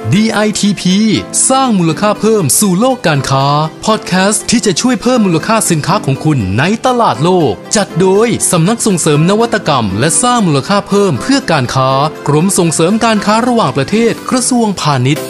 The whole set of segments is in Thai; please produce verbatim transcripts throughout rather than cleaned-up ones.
ดี ไอ ที พี สร้างมูลค่าเพิ่มสู่โลกการค้าพอดแคสต์ที่จะช่วยเพิ่มมูลค่าสินค้าของคุณในตลาดโลกจัดโดยสำนักส่งเสริมนวัตกรรมและสร้างมูลค่าเพิ่มเพื่อการค้ากรมส่งเสริมการค้าระหว่างประเทศกระทรวงพาณิชย์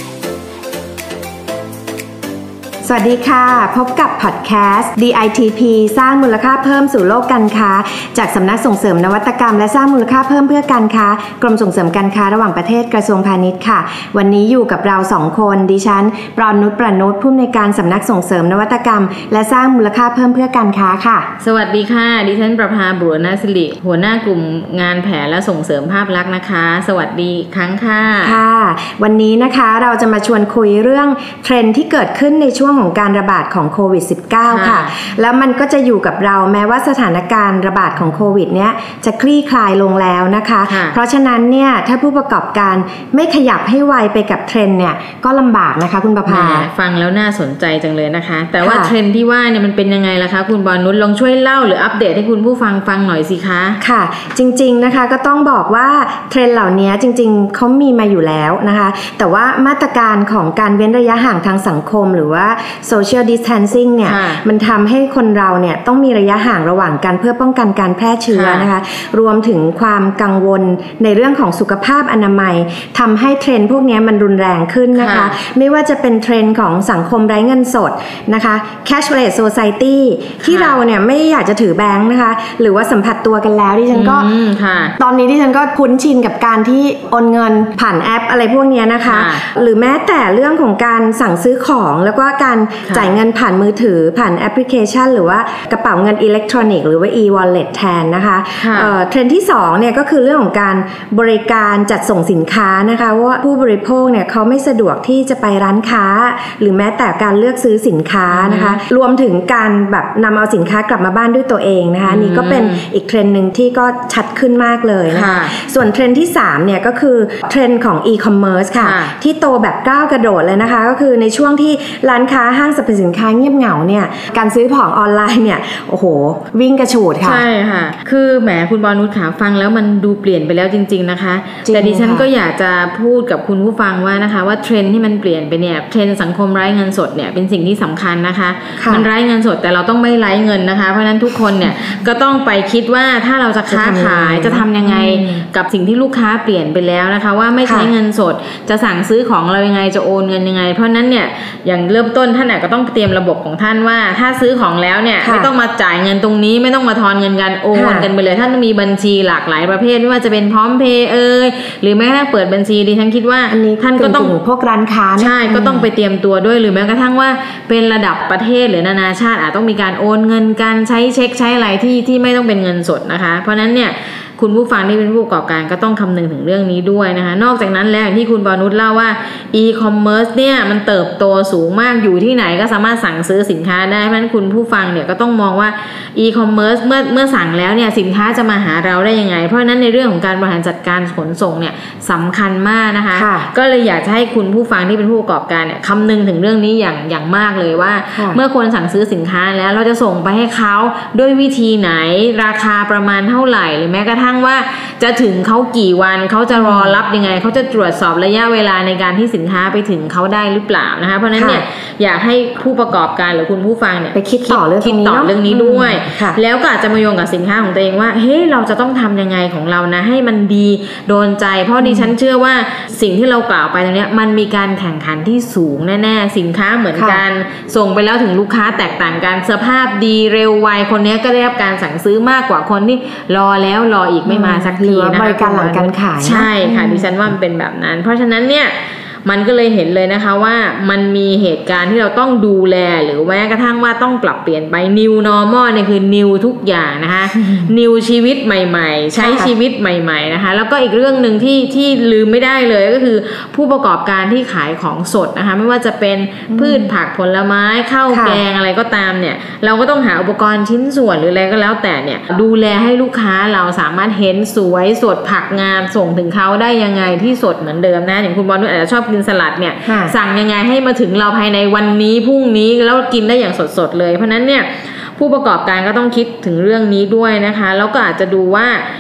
สวัสดีค่ะพบกับพอดแคสต์ ดี ไอ ที พี สร้างมูลค่าเพิ่มสู่โลกการค้าจากสำนักส่งเสริมนวัตกรรมและสร้างมูลค่าเพิ่มเพื่อการค้ากรมส่งเสริมการค้าระหว่างประเทศกระทรวงพาณิชย์ค่ะวันนี้อยู่กับเราสองคนดิฉันปรนุชประนุชผู้อำนวยการสำนักส่งเสริมนวัตกรรมและสร้างมูลค่าเพิ่มเพื่อการค้าค่ะสวัสดีค่ะดิฉันประภาบุรณศิริหัวหน้ากลุ่มงานแผนและส่งเสริมภาพลักษณ์นะคะสวัสดีครั้งค่ะค่ะวันนี้นะคะเราจะมาชวนคุยเรื่องเทรนด์ที่เกิดขึ้นในช่วงของการระบาดของโควิด สิบเก้า ค่ะแล้วมันก็จะอยู่กับเราแม้ว่าสถานการณ์ระบาดของโควิดเนี้ยจะคลี่คลายลงแล้วนะคะเพราะฉะนั้นเนี่ยถ้าผู้ประกอบการไม่ขยับให้ไวไปกับเทรนด์เนี่ยก็ลำบากนะคะคุณประภาฟังแล้วน่าสนใจจังเลยนะคะแต่ว่าเทรนด์ที่ว่าเนี่ยมันเป็นยังไงล่ะคะคุณบอลนุชลองช่วยเล่าหรืออัปเดตให้คุณผู้ฟังฟังหน่อยสิคะค่ะจริงๆนะคะก็ต้องบอกว่าเทรนด์เหล่านี้จริงๆเขามีมาอยู่แล้วนะคะแต่ว่ามาตรการของการเว้นระยะห่างทางสังคมหรือว่า social distancing เนี่ยมันทำให้คนเราเนี่ยต้องมีระยะห่างระหว่างกันเพื่อป้องกันการแพร่เชื้อนะคะรวมถึงความกังวลในเรื่องของสุขภาพอนามัยทำให้เทรนด์พวกนี้มันรุนแรงขึ้นนะคะไม่ว่าจะเป็นเทรนด์ของสังคมไร้เงินสดนะคะ cashless society ที่เราเนี่ยไม่อยากจะถือแบงค์นะคะหรือว่าสัมผัสตัวกันแล้วดิฉันก็ตอนนี้ดิฉันก็คุ้นชินกับการที่โอนเงินผ่านแอปอะไรพวกนี้นะคะหรือแม้แต่เรื่องของการสั่งซื้อของแล้วก็การจ่ายเงินผ่านมือถือผ่านแอปพลิเคชันหรือว่ากระเป๋าเงินอิเล็กทรอนิกส์หรือว่า e-wallet แทนนะคะเอ่อเทรนด์ที่สองเนี่ยก็คือเรื่องของการบริการจัดส่งสินค้านะคะว่าผู้บริโภคเนี่ยเขาไม่สะดวกที่จะไปร้านค้าหรือแม้แต่การเลือกซื้อสินค้านะคะรวมถึงการแบบนำเอาสินค้ากลับมาบ้านด้วยตัวเองนะคะนี่ก็เป็นอีกเทรนด์นึงที่ก็ชัดขึ้นมากเลยนะคะส่วนเทรนด์ที่สามเนี่ยก็คือเทรนด์ของ e-commerce ค่ะที่โตแบบก้าวกระโดดเลยนะคะก็คือในช่วงที่ร้านค้าห้างสรรพสินค้าเงียบเหงาเนี่ยการซื้อของออนไลน์เนี่ยโอ้โหวิ่งกระฉูดค่ะใช่ค่ะคือแหมคุณบอลนุชขาฟังแล้วมันดูเปลี่ยนไปแล้วจริงๆนะคะแต่ดิฉันก็อยากจะพูดกับคุณผู้ฟังว่านะคะว่าเทรนด์ที่มันเปลี่ยนไปเนี่ยเทรนด์สังคมไร้เงินสดเนี่ยเป็นสิ่งที่สำคัญนะคะมันไร้เงินสดแต่เราต้องไม่ไร้เงินนะคะเพราะฉะนั้นทุกคนเนี่ยก็ต้องไปคิดว่าถ้าเราจะค้าขายจะทำยังไงกับสิ่งที่ลูกค้าเปลี่ยนไปแล้วนะคะว่าไม่ใช้เงินสดจะสั่งซื้อของเรายังไงจะโอนเงินยังไงเพราะนั้นเนี่ยอย่างเริ่มต้นท่านก็ต้องเตรียมระบบของท่านว่าถ้าซื้อของแล้วเนี่ยไม่ต้องมาจ่ายเงินตรงนี้ไม่ต้องมาทอนเงินกันโอนกันไปเลยท่านมีบัญชีหลากหลายประเภทไม่ว่าจะเป็นพร้อมเพย์เอ่ยหรือแม้กระทั่งเปิดบัญชีดิฉันคิดว่าท่านก็ต้องพวกร้านค้าใช่ก็ต้องไปเตรียมตัวด้วยหรือแม้กระทั่งว่าเป็นระดับประเทศหรือนานาชาติอาจต้องมีการโอนเงินการใช้เช็คใช้อะไรที่ที่ไม่ต้องเป็นเงินสดนะคะเพราะนั้นเนี่ยคุณผู้ฟังที่เป็นผู้ประกอบการก็ต้องคำนึงถึงเรื่องนี้ด้วยนะคะนอกจากนั้นแล้วที่คุณบอนุชเล่าว่า e-commerce เนี่ยมันเติบโตสูงมากอยู่ที่ไหนก็สามารถสั่งซื้อสินค้าได้เพราะฉะนั้นคุณผู้ฟังเนี่ยก็ต้องมองว่า e-commerce เมื่อเมื่อสั่งแล้วเนี่ยสินค้าจะมาหาเราได้ยังไงเพราะฉะนั้นในเรื่องของการบริหารจัดการขนส่งเนี่ยสำคัญมากนะคะก็เลยอยากจะให้คุณผู้ฟังที่เป็นผู้ประกอบการเนี่ยคำนึงถึงเรื่องนี้อย่างอย่างมากเลยว่าเมื่อคนสั่งซื้อสินค้าแล้วเราจะส่งไปให้เขาด้วยวิธีไหนราคาประมาณเท่าไหร่หรือแม้กระทั่งว่าจะถึงเขากี่วันเขาจะรอรับยังไงเขาจะตรวจสอบระยะเวลาในการที่สินค้าไปถึงเขาได้หรือเปล่านะคะเพราะฉะนั้นเนี่ยอยากให้ผู้ประกอบการหรือคุณผู้ฟังเนี่ยไปคิดต่อเรื่องนี้ต่อเรื่องนี้ด้วยแล้วก็อาจจะมาโยงกับสินค้าของตัวเองว่าเฮ้ยเราจะต้องทำยังไงของเรานะให้มันดีโดนใจเพราะดิฉันเชื่อว่าสิ่งที่เรากล่าวไปตรงนี้มันมีการแข่งขันที่สูงแน่ๆสินค้าเหมือนกันส่งไปแล้วถึงลูกค้าแตกต่างกันสภาพดีเร็วไวคนนี้ก็ได้รับการสั่งซื้อมากกว่าคนที่รอแล้วรออีกไม่มาสักทีนะคะบริการหลังการขายใช่ค่ะดิฉันว่ามันเป็นแบบนั้นเพราะฉะนั้นเนี่ยมันก็เลยเห็นเลยนะคะว่ามันมีเหตุการณ์ที่เราต้องดูแลหรือแม้กระทั่งว่าต้องปรับเปลี่ยนไป new normal เนี่ยคือ new ทุกอย่างนะคะ new ชีวิตใหม่ๆใช้ชีวิตใหม่ๆนะคะแล้วก็อีกเรื่องนึงที่ที่ลืมไม่ได้เลยก็คือผู้ประกอบการที่ขายของสดนะคะไม่ว่าจะเป็นพืชผักผลไม้ข้าวแกงอะไรก็ตามเนี่ยเราก็ต้องหาอุปกรณ์ชิ้นส่วนหรืออะไรก็แล้วแต่เนี่ยดูแลให้ลูกค้าเราสามารถเห็นสวยสดผักงามส่งถึงเขาได้ยังไงที่สดเหมือนเดิมนะอย่างคุณบอลอาจจะชอบกินสลัดเนี่ยสั่งยังไงให้มาถึงเราภายในวันนี้พรุ่งนี้แล้วกินได้อย่างสดๆเลยเพราะนั้นเนี่ยผู้ประกอบการก็ต้องคิดถึงเรื่องนี้ด้วยนะคะแล้วก็อาจจะดูว่า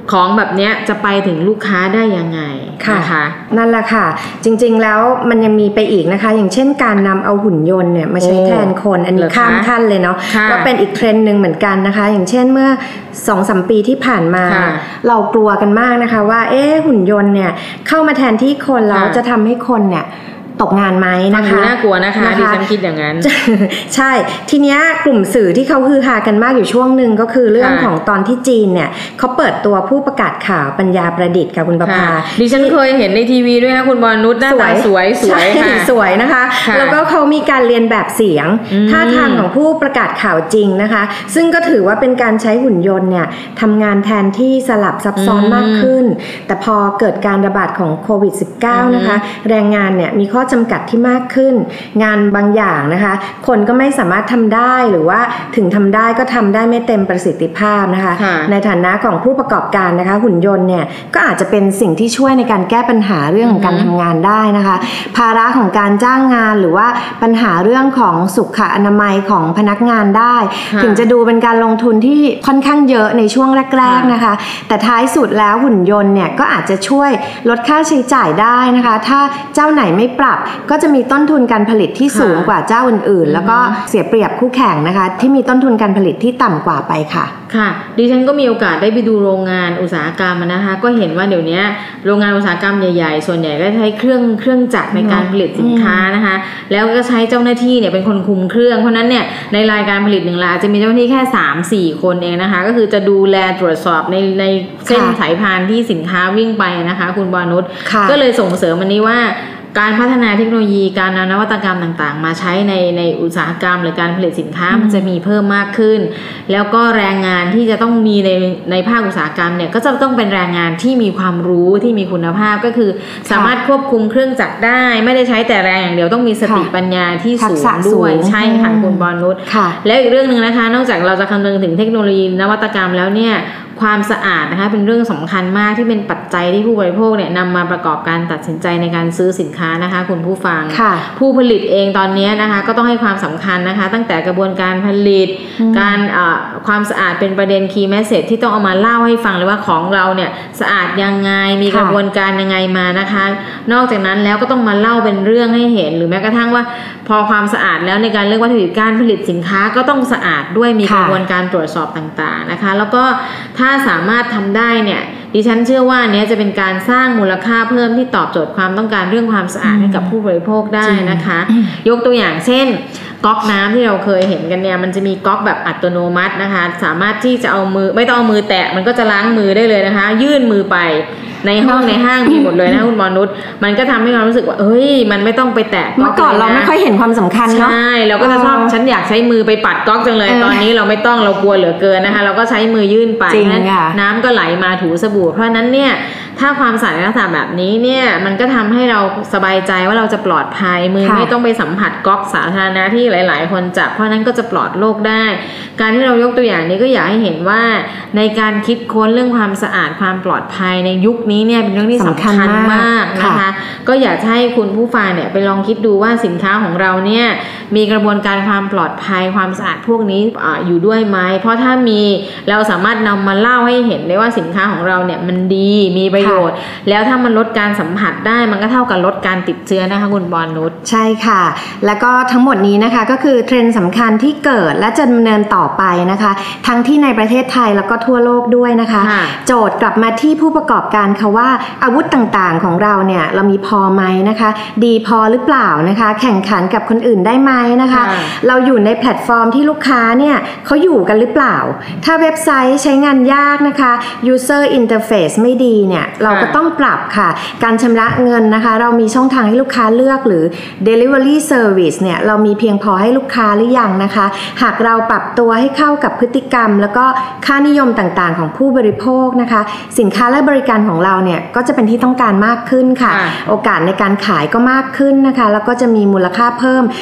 ของแบบเนี้ยจะไปถึงลูกค้าได้ยังไงนะคะนั่นแหละค่ะจริงๆแล้วมันยังมีไปอีกนะคะอย่างเช่นการนำเอาหุ่นยนต์เนี่ยมาใช้แทนคนอันนี้ข้ามขั้นเลยเนาะก็เป็นอีกเทรนด์นึงเหมือนกันนะคะอย่างเช่นเมื่อ สองถึงสาม ปีที่ผ่านมาเรากลัวกันมากนะคะว่าเอ๊ะหุ่นยนต์เนี่ยเข้ามาแทนที่คนแล้วจะทำให้คนเนี่ยตกงานไหมนะคะน่ากลัวนะคะดิฉันคิดอย่างนั้นใช่ทีเนี้ยกลุ่มสื่อที่เขาฮือฮากันมากอยู่ช่วงหนึ่งก็คือเรื่องของตอนที่จีนเนี่ยเขาเปิดตัวผู้ประกาศข่าวปัญญาประดิษฐ์ค่ะคุณประภาดิฉันเคยเห็นในทีวีด้วยค่ะคุณบอลนุชหน้าตาสวยสวยค่ะสวยนะคะแล้วก็เขามีการเรียนแบบเสียงท่าทางของผู้ประกาศข่าวจริงนะคะซึ่งก็ถือว่าเป็นการใช้หุ่นยนต์เนี่ยทำงานแทนที่สลับซับซ้อนมากขึ้นแต่พอเกิดการระบาดของโควิด สิบเก้า นะคะแรงงานเนี่ยมีข้อจำกัดที่มากขึ้นงานบางอย่างนะคะคนก็ไม่สามารถทำได้หรือว่าถึงทำได้ก็ทำได้ไม่เต็มประสิทธิภาพนะคะในฐานะของผู้ประกอบการนะคะหุ่นยนต์เนี่ยก็อาจจะเป็นสิ่งที่ช่วยในการแก้ปัญหาเรื่องของการทำงานได้นะคะภาระของการจ้างงานหรือว่าปัญหาเรื่องของสุขอนามัยของพนักงานได้ถึงจะดูเป็นการลงทุนที่ค่อนข้างเยอะในช่วงแรกๆนะคะแต่ท้ายสุดแล้วหุ่นยนต์เนี่ยก็อาจจะช่วยลดค่าใช้จ่ายได้นะคะถ้าเจ้าไหนไม่ปรับก็จะมีต้นทุนการผลิตที่สูงกว่าเจ้าอื่นๆแล้วก็เสียเปรียบคู่แข่งนะคะที่มีต้นทุนการผลิตที่ต่ำกว่าไปค่ะค่ะดิฉันก็มีโอกาสได้ไปดูโรงงานอุตสาหกรรมนะคะก็เห็นว่าเดี๋ยวนี้โรงงานอุตสาหกรรมใหญ่ๆส่วนใหญ่ก็ใช้เครื่องเครื่องจักรในการผลิตสินค้านะคะแล้วก็ใช้เจ้าหน้าที่เนี่ยเป็นคนคุมเครื่องเพราะนั้นเนี่ยในรายการผลิตหนึ่งรายจะมีเจ้าหน้าที่แค่ สามถึงสี่ คนเองนะคะก็คือจะดูแลตรวจสอบในในเส้นสายพานที่สินค้าวิ่งไปนะคะคุณวานุชก็เลยส่งเสริมอันนี้ว่าการพัฒนาเทคโนโลยีการนำนวัตกรรมต่างๆมาใช้ในในอุตสาหกรรมหรือการผลิตสินค้ามันจะมีเพิ่มมากขึ้นแล้วก็แรงงานที่จะต้องมีในในภาคอุตสาหกรรมเนี่ยก็จะต้องเป็นแรงงานที่มีความรู้ที่มีคุณภาพก็คือสามารถควบคุมเครื่องจักรได้ไม่ได้ใช้แต่แรงอย่างเดียวต้องมีสติปัญญาที่สูงด้วยใช่ค่ะคุณบอลนุชแล้วอีกเรื่องนึงนะคะนอกจากเราจะคำนึงถึงเทคโนโลยีนวัตกรรมแล้วเนี่ยความสะอาดนะคะเป็นเรื่องสำคัญมากที่เป็นปัจจัยที่ผู้บริโภคเนี่ยนำมาประกอบการตัดสินใจในการซื้อสินค้านะคะคุณผู้ฟังผู้ผลิตเองตอนนี้นะคะก็ต้องให้ความสำคัญนะคะตั้งแต่กระบวนการผลิตการความสะอาดเป็นประเด็น key message ที่ต้องเอามาเล่าให้ฟังเลยว่าของเราเนี่ยสะอาดยังไงมีกระบวนการยังไงมานะคะนอกจากนั้นแล้วก็ต้องมาเล่าเป็นเรื่องให้เห็นหรือแม้กระทั่งว่าพอความสะอาดแล้วในการเลือกวัตถุดิบการผลิตสินค้าก็ต้องสะอาดด้วยมีกระบวนการตรวจสอบต่างๆนะคะแล้วก็ถ้าสามารถทำได้เนี่ยดิฉันเชื่อว่าเนี้ยจะเป็นการสร้างมูลค่าเพิ่มที่ตอบโจทย์ความต้องการเรื่องความสะอาดให้กับผู้บริโภคได้นะคะยกตัวอย่างเช่นก๊อกน้ำที่เราเคยเห็นกันเนี่ยมันจะมีก๊อกแบบอัตโนมัตินะคะสามารถที่จะเอามือไม่ต้องเอามือแตะมันก็จะล้างมือได้เลยนะคะยื่นมือไปในห้องในห้างมีหมดเลยนะคุณบอลนุชมันก็ทำให้ความรู้สึกว่าเฮ้ยมันไม่ต้องไปแตะก๊อกเมื่อก่อนเราไม่ค่อยเห็นความสำคัญเนาะใช่เราก็จะชอบฉันอยากใช้มือไปปัดก๊อกจังเลยตอนนี้เราไม่ต้องเรากลัวเหลือเกินนะคะเราก็ใช้มือยื่นไปน้ำก็ไหลมาถูสบู่เพราะนั้นเนี่ยถ้าความสะอาดในลักษณะแบบนี้เนี่ยมันก็ทำให้เราสบายใจว่าเราจะปลอดภัยมือไม่ต้องไปสัมผัสก๊อกสาธารณะที่หลายๆคนจับเพราะนั้นก็จะปลอดโรคได้การที่เรายกตัวอย่างนี้ก็อยากให้เห็นว่าในการคิดค้นเรื่องความสะอาดความปลอดภัยในยุคนี้เนี่ยเป็นเรื่องที่สำคัญมากนะคะก็อยากให้คุณผู้ฟังเนี่ยไปลองคิดดูว่าสินค้าของเราเนี่ยมีกระบวนการความปลอดภัยความสะอาดพวกนี้ อ, อยู่ด้วยไหมเพราะถ้ามีเราสามารถนำมาเล่าให้เห็นได้ว่าสินค้าของเราเนี่ยมันดีมีประโยชน์แล้วถ้ามันลดการสัมผัสได้มันก็เท่ากับลดการติดเชื้อนะคะคุณบอลนุชใช่ค่ะแล้วก็ทั้งหมดนี้นะคะก็คือเทรนด์สำคัญที่เกิดและจะดำเนินต่อไปนะคะทั้งที่ในประเทศไทยแล้วก็ทั่วโลกด้วยนะคะโจทย์กลับมาที่ผู้ประกอบการค่ะว่าอาวุธต่างๆของเราเนี่ยเรามีพอไหมนะคะดีพอหรือเปล่านะคะแข่งขันกับคนอื่นได้ไหมนะคะเราอยู่ในแพลตฟอร์มที่ลูกค้าเนี่ยเขาอยู่กันหรือเปล่าถ้าเว็บไซต์ใช้งานยากนะคะ user interface ไม่ดีเนี่ยเราก็ต้องปรับค่ะการชำระเงินนะคะเรามีช่องทางให้ลูกค้าเลือกหรือ delivery service เนี่ยเรามีเพียงพอให้ลูกค้าหรือยังนะคะหากเราปรับตัวให้เข้ากับพฤติกรรมแล้วก็ค่านิยมต่างๆของผู้บริโภคนะคะสินค้าและบริการของเราเนี่ยก็จะเป็นที่ต้องการมากขึ้นค่ะโอกาสในการขายก็มากขึ้นนะคะแล้วก็จะมีมูลค่าเพิ่มอย่างที่คุณ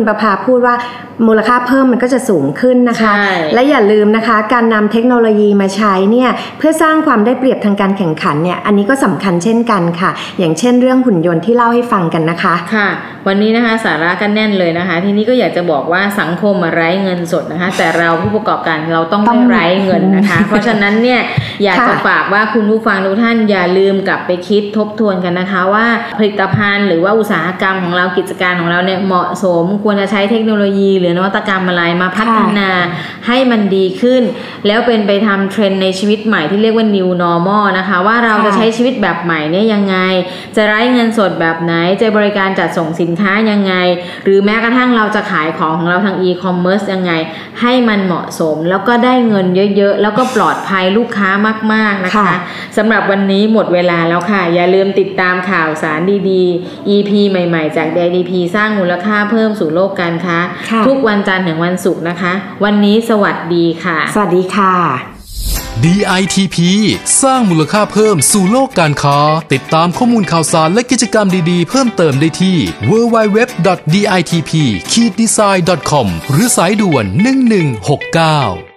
คุณประภาพูดว่ามูลค่าเพิ่มมันก็จะสูงขึ้นนะคะและอย่าลืมนะคะการนำเทคโนโลยีมาใช้เนี่ยเพื่อสร้างความได้เปรียบทางการแข่งขันเนี่ยอันนี้ก็สำคัญเช่นกันค่ะอย่างเช่นเรื่องหุ่นยนต์ที่เล่าให้ฟังกันนะคะค่ะวันนี้นะคะสาระกันแน่นเลยนะคะทีนี้ก็อยากจะบอกว่าสังคมไร้เงินสดนะคะแต่เราผู้ประกอบการเราต้องไม่ไร้เงินนะคะเพราะฉะนั้นเนี่ยอยากจะฝากว่าคุณผู้ฟังทุกท่านอย่าลืมกลับไปคิดทบทวนกันนะคะว่าผลิตภัณฑ์หรือว่าอุตสาหกรรมของเรากิจการของเราเนี่ยเหมาะสมควรจะใช้เทคโนโลยีหรือนวัตกรรมอะไรมาพัฒนาให้มันดีขึ้นแล้วเป็นไปทำเทรนด์ในชีวิตใหม่ที่เรียกว่า new normal นะคะว่าเราจะใช้ชีวิตแบบใหม่เนี่ยยังไงจะไร้เงินสดแบบไหนจะบริการจัดส่งสินค้ายังไงหรือแม้กระทั่งเราจะขายของของเราทาง e-commerce ยังไงให้มันเหมาะสมแล้วก็ได้เงินเยอะๆแล้วก็ปลอดภัยลูกค้ามากๆนะคะสำหรับวันนี้หมดเวลาแล้วค่ะอย่าลืมติดตามข่าวสารดีๆ อี พี ใหม่ๆจาก ดี ไอ ดี พี สร้างมูลค่าเพิ่มสู่โลกการค้าทุกวันจันทร์ถึงวันศุกร์นะคะวันนี้สวัสดีค่ะสวัสดีค่ะดี ไอ ที พี สร้างมูลค่าเพิ่มสู่โลกการค้าติดตามข้อมูลข่าวสารและกิจกรรมดีๆเพิ่มเติมได้ที่ ดับเบิลยู ดับเบิลยู ดับเบิลยู ดอท ดี ไอ ที พี ดีไซน์ ดอท คอม หรือสายด่วนหนึ่งหนึ่งหกเก้า